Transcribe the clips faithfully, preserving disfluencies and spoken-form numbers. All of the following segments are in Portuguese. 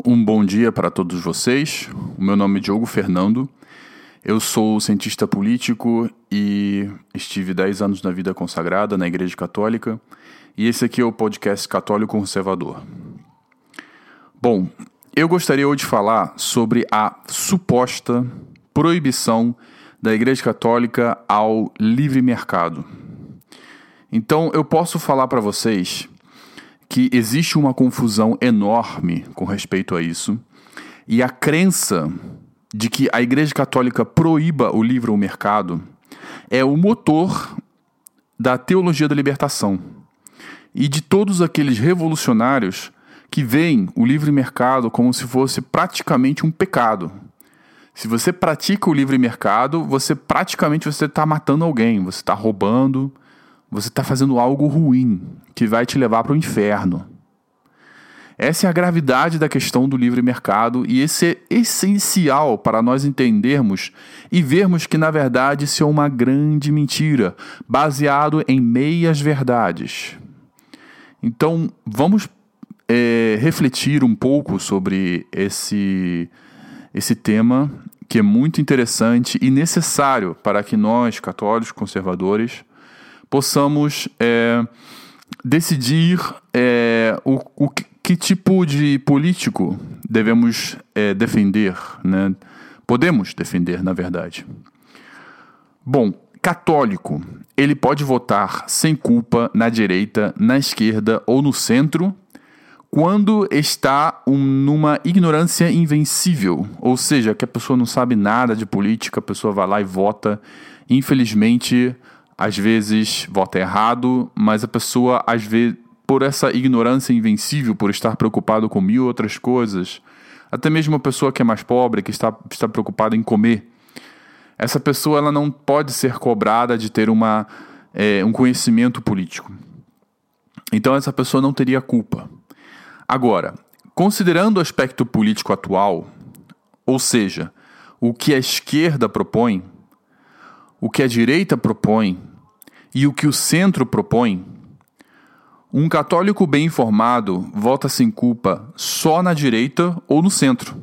Um bom dia para todos vocês. O meu nome é Diogo Fernando. Eu sou cientista político e estive dez anos na vida consagrada na Igreja Católica. E esse aqui é o podcast Católico Conservador. Bom, eu gostaria hoje de falar sobre a suposta proibição da Igreja Católica ao livre mercado. Então, eu posso falar para vocês que existe uma confusão enorme com respeito a isso, e a crença de que a Igreja Católica proíba o livre mercado é o motor da teologia da libertação e de todos aqueles revolucionários que veem o livre mercado como se fosse praticamente um pecado. Se você pratica o livre mercado, você praticamente você está matando alguém, você está roubando, você está fazendo algo ruim, que vai te levar para o inferno. Essa é a gravidade da questão do livre mercado e esse é essencial para nós entendermos e vermos que, na verdade, isso é uma grande mentira, baseado em meias verdades. Então, vamos é, refletir um pouco sobre esse, esse tema, que é muito interessante e necessário para que nós, católicos conservadores, possamos é, decidir é, o, o que, que tipo de político devemos é, defender, né? Podemos defender, na verdade. Bom, católico, ele pode votar sem culpa na direita, na esquerda ou no centro, quando está um, numa ignorância invencível, ou seja, que a pessoa não sabe nada de política, a pessoa vai lá e vota, infelizmente, às vezes vota errado, mas a pessoa, às vezes, por essa ignorância invencível, por estar preocupado com mil outras coisas, até mesmo uma pessoa que é mais pobre, que está, está preocupada em comer, essa pessoa ela não pode ser cobrada de ter uma, é, um conhecimento político. Então essa pessoa não teria culpa. Agora, considerando o aspecto político atual, ou seja, o que a esquerda propõe, o que a direita propõe e o que o centro propõe, um católico bem informado vota sem culpa só na direita ou no centro.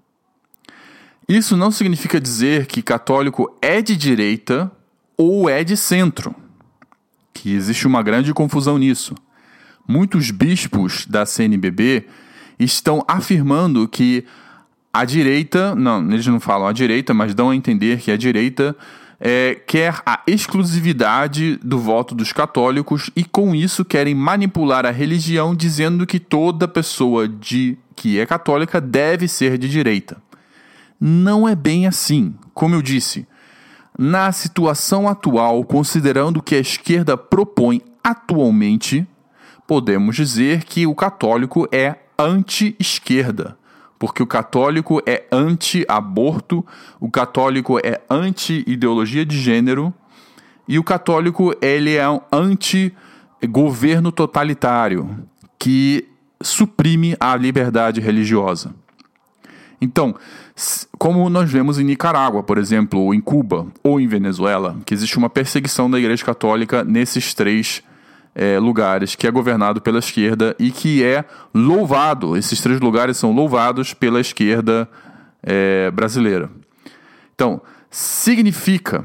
Isso não significa dizer que católico é de direita ou é de centro, que existe uma grande confusão nisso. Muitos bispos da C N B B estão afirmando que a direita, não, eles não falam a direita, mas dão a entender que a direita É, quer a exclusividade do voto dos católicos e com isso querem manipular a religião dizendo que toda pessoa de, que é católica deve ser de direita. Não é bem assim. Como eu disse, na situação atual, considerando o que a esquerda propõe atualmente, podemos dizer que o católico é anti-esquerda. Porque o católico é anti-aborto, o católico é anti-ideologia de gênero e o católico ele é um anti-governo totalitário que suprime a liberdade religiosa. Então, como nós vemos em Nicarágua, por exemplo, ou em Cuba, ou em Venezuela, que existe uma perseguição da Igreja Católica nesses três É, lugares, que é governado pela esquerda e que é louvado, esses três lugares são louvados pela esquerda é, brasileira. Então, significa,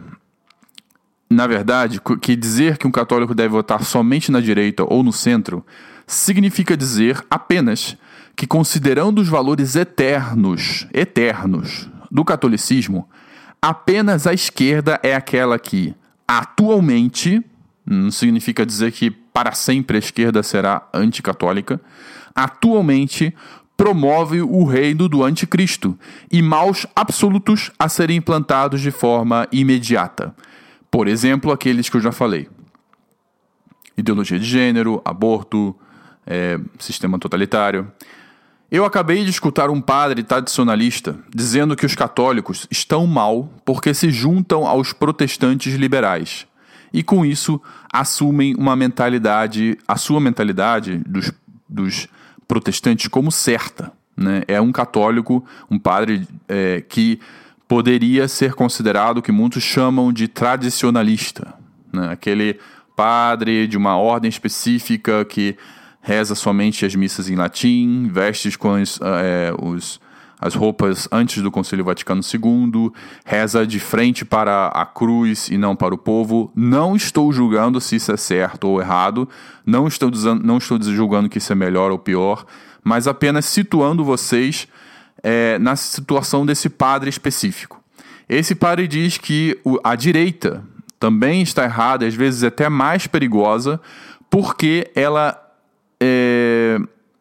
na verdade, que dizer que um católico deve votar somente na direita ou no centro, significa dizer apenas que, considerando os valores eternos, eternos do catolicismo, apenas a esquerda é aquela que, atualmente, não significa dizer que para sempre a esquerda será anticatólica, atualmente promove o reino do anticristo e maus absolutos a serem implantados de forma imediata. Por exemplo, aqueles que eu já falei. Ideologia de gênero, aborto, é, sistema totalitário. Eu acabei de escutar um padre tradicionalista dizendo que os católicos estão mal porque se juntam aos protestantes liberais. E com isso assumem uma mentalidade, a sua mentalidade dos, dos protestantes como certa, né? É um católico, um padre é, que poderia ser considerado o que muitos chamam de tradicionalista, né? Aquele padre de uma ordem específica que reza somente as missas em latim, veste com as, é, os, as roupas antes do Concílio Vaticano segundo, reza de frente para a cruz e não para o povo. Não estou julgando se isso é certo ou errado, não estou, dizendo, não estou julgando que isso é melhor ou pior, mas apenas situando vocês é, na situação desse padre específico. Esse padre diz que a direita também está errada, às vezes até mais perigosa, porque ela é,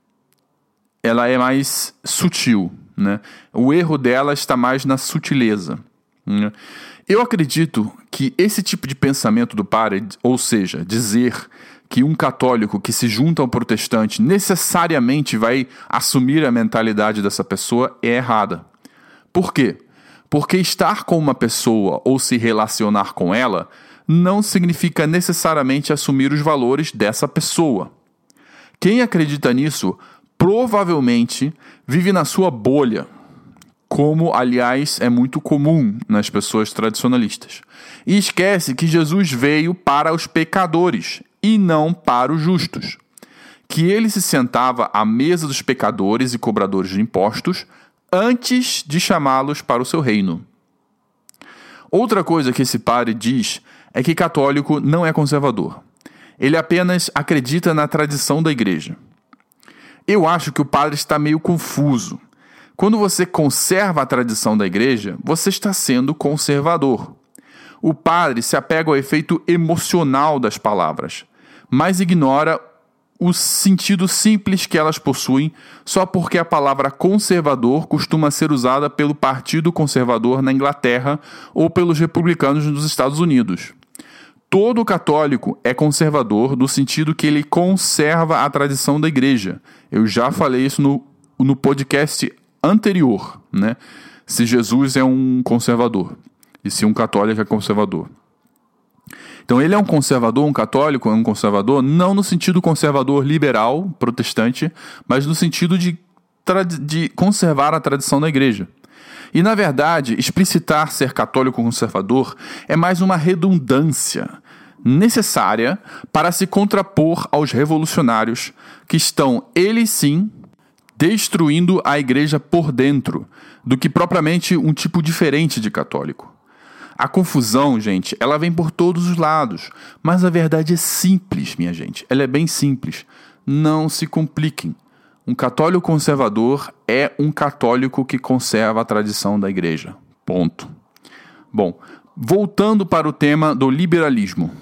ela é mais sutil, né? O erro dela está mais na sutileza, né? Eu acredito que esse tipo de pensamento do padre, ou seja, dizer que um católico que se junta a um protestante necessariamente vai assumir a mentalidade dessa pessoa, é errada. Por quê? Porque estar com uma pessoa ou se relacionar com ela não significa necessariamente assumir os valores dessa pessoa. Quem acredita nisso provavelmente vive na sua bolha, como, aliás, é muito comum nas pessoas tradicionalistas. E esquece que Jesus veio para os pecadores e não para os justos. Que ele se sentava à mesa dos pecadores e cobradores de impostos antes de chamá-los para o seu reino. Outra coisa que esse padre diz é que católico não é conservador. Ele apenas acredita na tradição da igreja. Eu acho que o padre está meio confuso. Quando você conserva a tradição da igreja, você está sendo conservador. O padre se apega ao efeito emocional das palavras, mas ignora o sentido simples que elas possuem só porque a palavra conservador costuma ser usada pelo Partido Conservador na Inglaterra ou pelos republicanos nos Estados Unidos. Todo católico é conservador no sentido que ele conserva a tradição da igreja. Eu já falei isso no, no podcast anterior, né? Se Jesus é um conservador e se um católico é conservador. Então ele é um conservador, um católico é um conservador, não no sentido conservador liberal, protestante, mas no sentido de, de conservar a tradição da igreja. E, na verdade, explicitar ser católico conservador é mais uma redundância necessária para se contrapor aos revolucionários que estão, eles sim, destruindo a igreja por dentro, do que propriamente um tipo diferente de católico. A confusão, gente, ela vem por todos os lados, mas a verdade é simples, minha gente. Ela é bem simples. Não se compliquem. Um católico conservador é um católico que conserva a tradição da igreja. Ponto. Bom, voltando para o tema do liberalismo.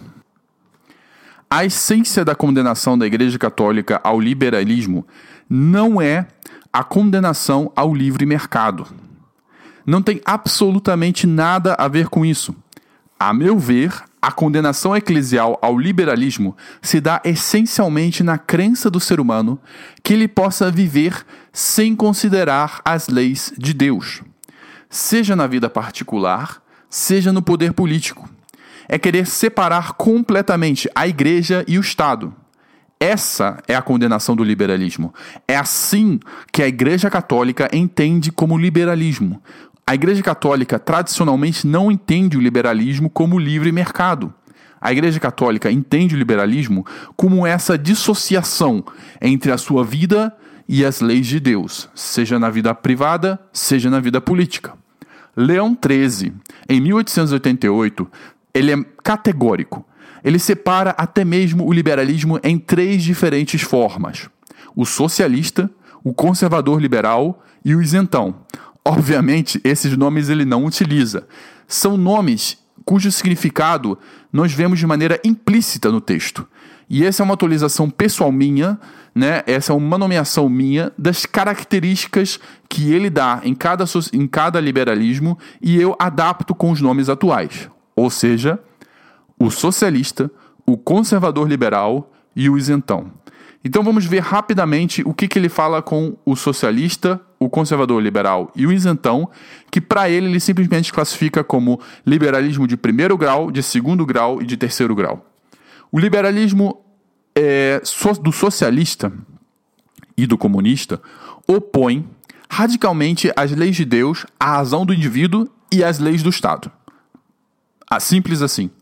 A essência da condenação da Igreja Católica ao liberalismo não é a condenação ao livre mercado. Não tem absolutamente nada a ver com isso. A meu ver, a condenação eclesial ao liberalismo se dá essencialmente na crença do ser humano que ele possa viver sem considerar as leis de Deus, seja na vida particular, seja no poder político. É querer separar completamente a igreja e o Estado. Essa é a condenação do liberalismo. É assim que a Igreja Católica entende como liberalismo. A Igreja Católica tradicionalmente não entende o liberalismo como livre mercado. A Igreja Católica entende o liberalismo como essa dissociação entre a sua vida e as leis de Deus, seja na vida privada, seja na vida política. Leão treze, em mil oitocentos e oitenta e oito, ele é categórico. Ele separa até mesmo o liberalismo em três diferentes formas: o socialista, o conservador liberal e o isentão. Obviamente, esses nomes ele não utiliza. São nomes cujo significado nós vemos de maneira implícita no texto. E essa é uma atualização pessoal minha, né? Essa é uma nomeação minha das características que ele dá em cada, em cada liberalismo e eu adapto com os nomes atuais. Ou seja, o socialista, o conservador liberal e o isentão. Então vamos ver rapidamente o que, que ele fala com o socialista, o conservador liberal e o isentão, que para ele ele simplesmente classifica como liberalismo de primeiro grau, de segundo grau e de terceiro grau. O liberalismo é, so, do socialista e do comunista opõe radicalmente as leis de Deus, a razão do indivíduo e as leis do Estado. Ah, simples assim.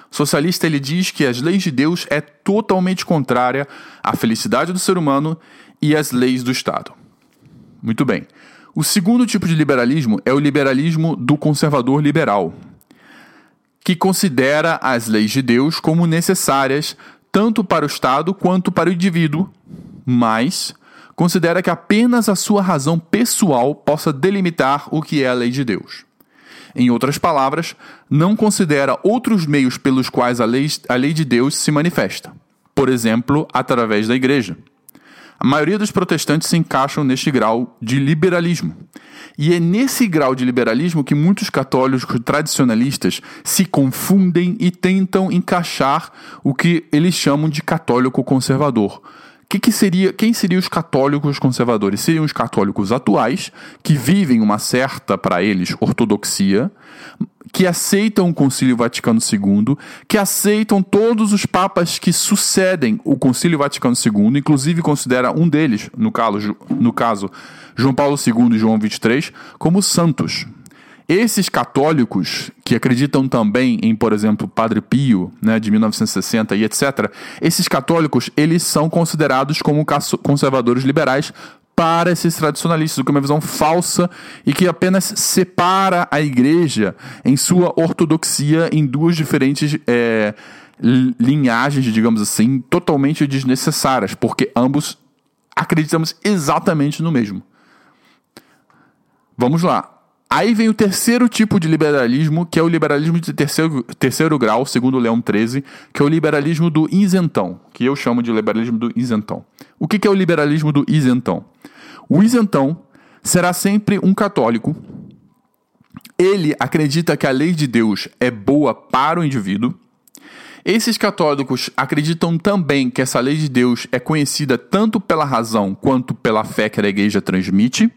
socialista ele diz que as leis de Deus é totalmente contrária à felicidade do ser humano e às leis do Estado. Muito bem. O segundo tipo de liberalismo é o liberalismo do conservador liberal, que considera as leis de Deus como necessárias tanto para o Estado quanto para o indivíduo, mas considera que apenas a sua razão pessoal possa delimitar o que é a lei de Deus. Em outras palavras, não considera outros meios pelos quais a lei, a lei de Deus se manifesta, por exemplo, através da igreja. A maioria dos protestantes se encaixam neste grau de liberalismo. E é nesse grau de liberalismo que muitos católicos tradicionalistas se confundem e tentam encaixar o que eles chamam de católico conservador. Que que seria, quem seriam os católicos conservadores? Seriam os católicos atuais, que vivem uma certa, para eles, ortodoxia, que aceitam o Concílio Vaticano segundo, que aceitam todos os papas que sucedem o Concílio Vaticano segundo, inclusive considera um deles, no caso, no caso João Paulo segundo e João vinte e três, como santos. Esses católicos, que acreditam também em, por exemplo, Padre Pio, né, de mil novecentos e sessenta e etcétera, esses católicos, eles são considerados como conservadores liberais para esses tradicionalistas, o que é uma visão falsa e que apenas separa a igreja em sua ortodoxia em duas diferentes é, linhagens, digamos assim, totalmente desnecessárias, porque ambos acreditamos exatamente no mesmo. Vamos lá. Aí vem o terceiro tipo de liberalismo, que é o liberalismo de terceiro, terceiro grau, segundo Leão treze, que é o liberalismo do isentão, que eu chamo de liberalismo do isentão. O que é o liberalismo do isentão? O isentão será sempre um católico. Ele acredita que a lei de Deus é boa para o indivíduo. Esses católicos acreditam também que essa lei de Deus é conhecida tanto pela razão quanto pela fé que a igreja transmite,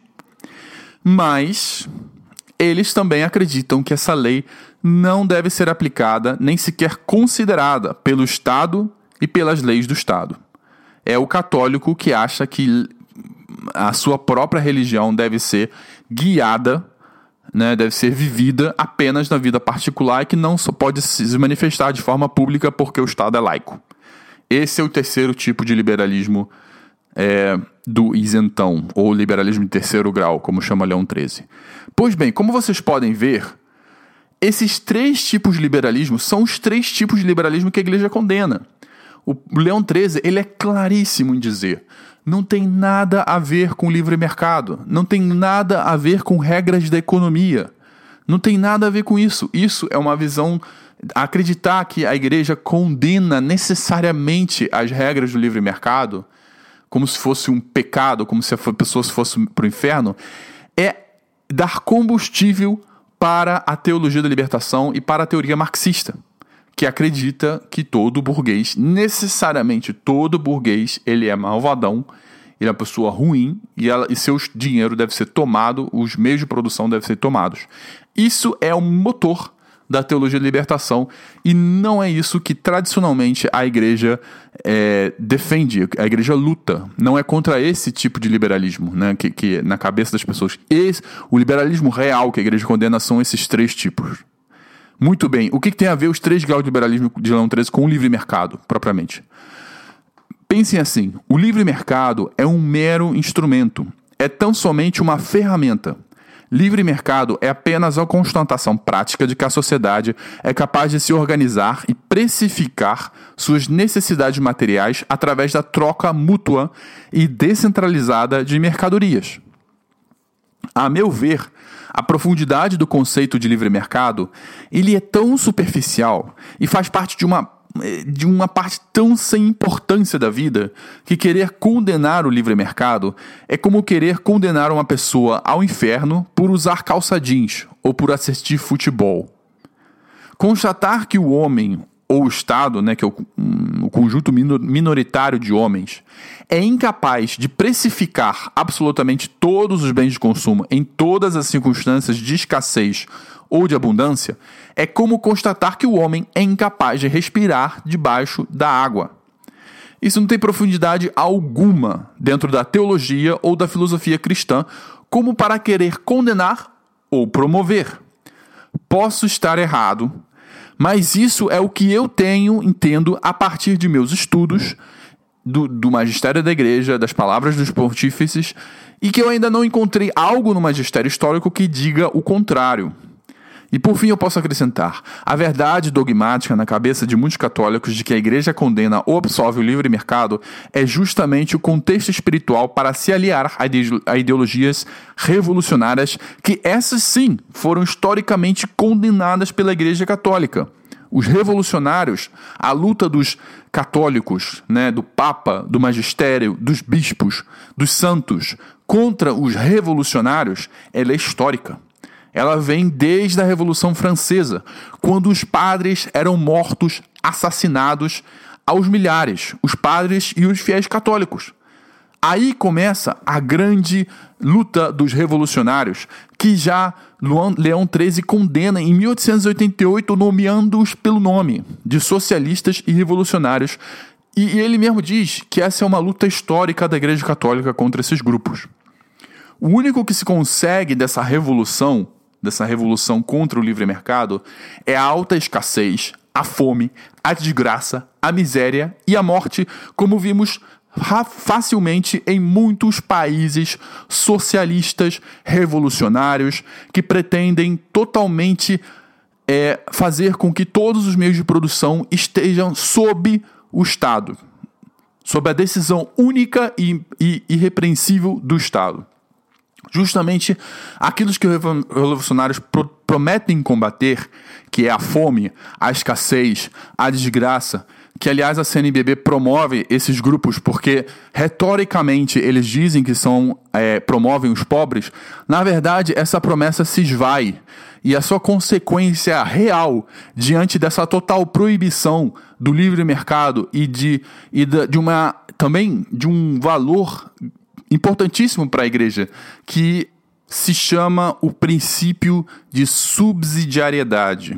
mas eles também acreditam que essa lei não deve ser aplicada nem sequer considerada pelo Estado e pelas leis do Estado. É o católico que acha que a sua própria religião deve ser guiada, né, deve ser vivida apenas na vida particular e que não só pode se manifestar de forma pública porque o Estado é laico. Esse é o terceiro tipo de liberalismo é, do isentão, ou liberalismo de terceiro grau, como chama Leão treze. Pois bem, como vocês podem ver, esses três tipos de liberalismo são os três tipos de liberalismo que a igreja condena. O Leão treze, ele é claríssimo em dizer: não tem nada a ver com livre mercado, não tem nada a ver com regras da economia, não tem nada a ver com isso. Isso é uma visão, acreditar que a igreja condena necessariamente as regras do livre mercado, como se fosse um pecado, como se a pessoa fosse para o inferno, é dar combustível para a teologia da libertação e para a teoria marxista, que acredita que todo burguês, necessariamente todo burguês, ele é malvadão, ele é uma pessoa ruim e, ela, e seu dinheiro deve ser tomado, os meios de produção devem ser tomados. Isso é o motor da teologia da libertação e não é isso que tradicionalmente a igreja é, defende, a igreja luta. Não é contra esse tipo de liberalismo, né, que, que na cabeça das pessoas. Esse, o liberalismo real que a igreja condena são esses três tipos. Muito bem, o que, que tem a ver os três graus de liberalismo de Leão treze com o livre mercado, propriamente? Pensem assim, o livre mercado é um mero instrumento, é tão somente uma ferramenta. Livre mercado é apenas a constatação prática de que a sociedade é capaz de se organizar e precificar suas necessidades materiais através da troca mútua e descentralizada de mercadorias. A meu ver, a profundidade do conceito de livre mercado, ele é tão superficial e faz parte de uma, de uma parte tão sem importância da vida que querer condenar o livre mercado é como querer condenar uma pessoa ao inferno por usar calça jeans ou por assistir futebol. Constatar que o homem ou o Estado, né, que é o, um, o conjunto minoritário de homens, é incapaz de precificar absolutamente todos os bens de consumo em todas as circunstâncias de escassez ou de abundância, é como constatar que o homem é incapaz de respirar debaixo da água. Isso não tem profundidade alguma dentro da teologia ou da filosofia cristã, como para querer condenar ou promover. Posso estar errado, Mas isso é o que eu tenho, entendo, a partir de meus estudos do, do magistério da igreja, das palavras dos pontífices, e que eu ainda não encontrei algo no magistério histórico que diga o contrário. E por fim eu posso acrescentar, a verdade dogmática na cabeça de muitos católicos de que a igreja condena ou absolve o livre mercado é justamente o contexto espiritual para se aliar a ideologias revolucionárias que essas sim foram historicamente condenadas pela igreja católica. Os revolucionários, a luta dos católicos, né, do Papa, do magistério, dos bispos, dos santos, contra os revolucionários, ela é histórica. Ela vem desde a Revolução Francesa, quando os padres eram mortos, assassinados aos milhares, os padres e os fiéis católicos. Aí começa a grande luta dos revolucionários, que já Leão treze condena em mil oitocentos e oitenta e oito, nomeando-os pelo nome de socialistas e revolucionários. E ele mesmo diz que essa é uma luta histórica da Igreja Católica contra esses grupos. O único que se consegue dessa revolução, dessa revolução contra o livre mercado, é a alta escassez, a fome, a desgraça, a miséria e a morte, como vimos facilmente em muitos países socialistas revolucionários que pretendem totalmente é, fazer com que todos os meios de produção estejam sob o Estado, sob a decisão única e, e irrepreensível do Estado. Justamente aquilo que os revolucionários pro- prometem combater, que é a fome, a escassez, a desgraça, que aliás a C N B B promove esses grupos porque retoricamente eles dizem que são, é, promovem os pobres. Na verdade, essa promessa se esvai e a sua consequência real diante dessa total proibição do livre mercado e de, e de, de uma, também de um valor importantíssimo para a igreja, que se chama o princípio de subsidiariedade.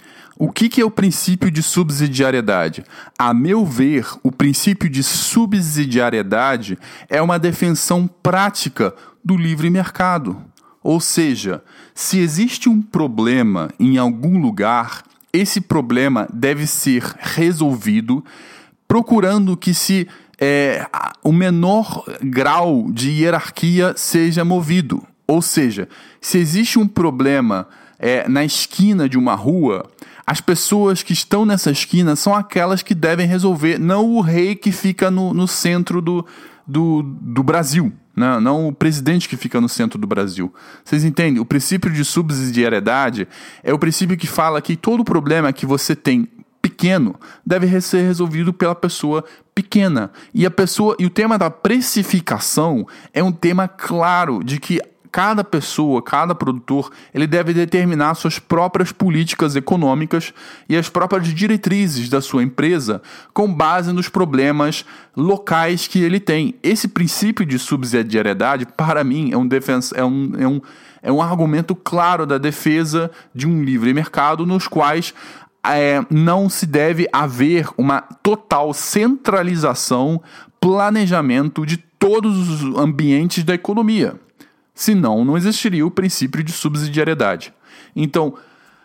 O que, que é o princípio de subsidiariedade? A meu ver, o princípio de subsidiariedade é uma defensão prática do livre mercado. Ou seja, se existe um problema em algum lugar, esse problema deve ser resolvido procurando que se É, o menor grau de hierarquia seja movido. Ou seja, se existe um problema é, na esquina de uma rua, as pessoas que estão nessa esquina são aquelas que devem resolver, não o rei que fica no, no centro do, do, do Brasil, né? Não o presidente que fica no centro do Brasil. Vocês entendem? O princípio de subsidiariedade é o princípio que fala que todo problema que você tem pequeno deve ser resolvido pela pessoa pequena. E a pessoa e o tema da precificação é um tema claro de que cada pessoa, cada produtor, ele deve determinar suas próprias políticas econômicas e as próprias diretrizes da sua empresa com base nos problemas locais que ele tem. Esse princípio de subsidiariedade, para mim, é um, defensa, é um, é um, é um argumento claro da defesa de um livre mercado nos quais É, não se deve haver uma total centralização, planejamento de todos os ambientes da economia. Senão, não existiria o princípio de subsidiariedade. Então,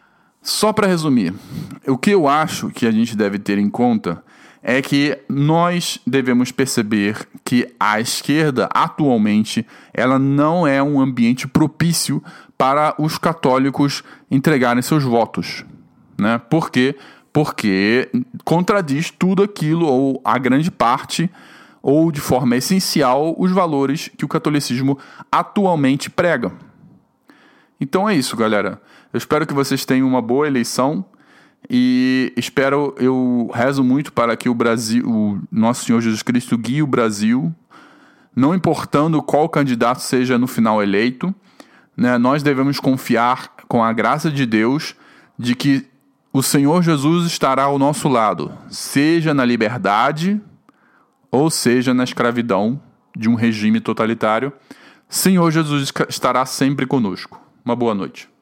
só para resumir, o que eu acho que a gente deve ter em conta é que nós devemos perceber que a esquerda, atualmente, ela não é um ambiente propício para os católicos entregarem seus votos. Né? Por quê? Porque contradiz tudo aquilo, ou a grande parte, ou de forma essencial, os valores que o catolicismo atualmente prega. Então é isso, galera. Eu espero que vocês tenham uma boa eleição e espero, eu rezo muito para que o Brasil, o nosso Senhor Jesus Cristo guie o Brasil, não importando qual candidato seja no final eleito, né? Nós devemos confiar com a graça de Deus de que o Senhor Jesus estará ao nosso lado, seja na liberdade ou seja na escravidão de um regime totalitário. Senhor Jesus estará sempre conosco. Uma boa noite.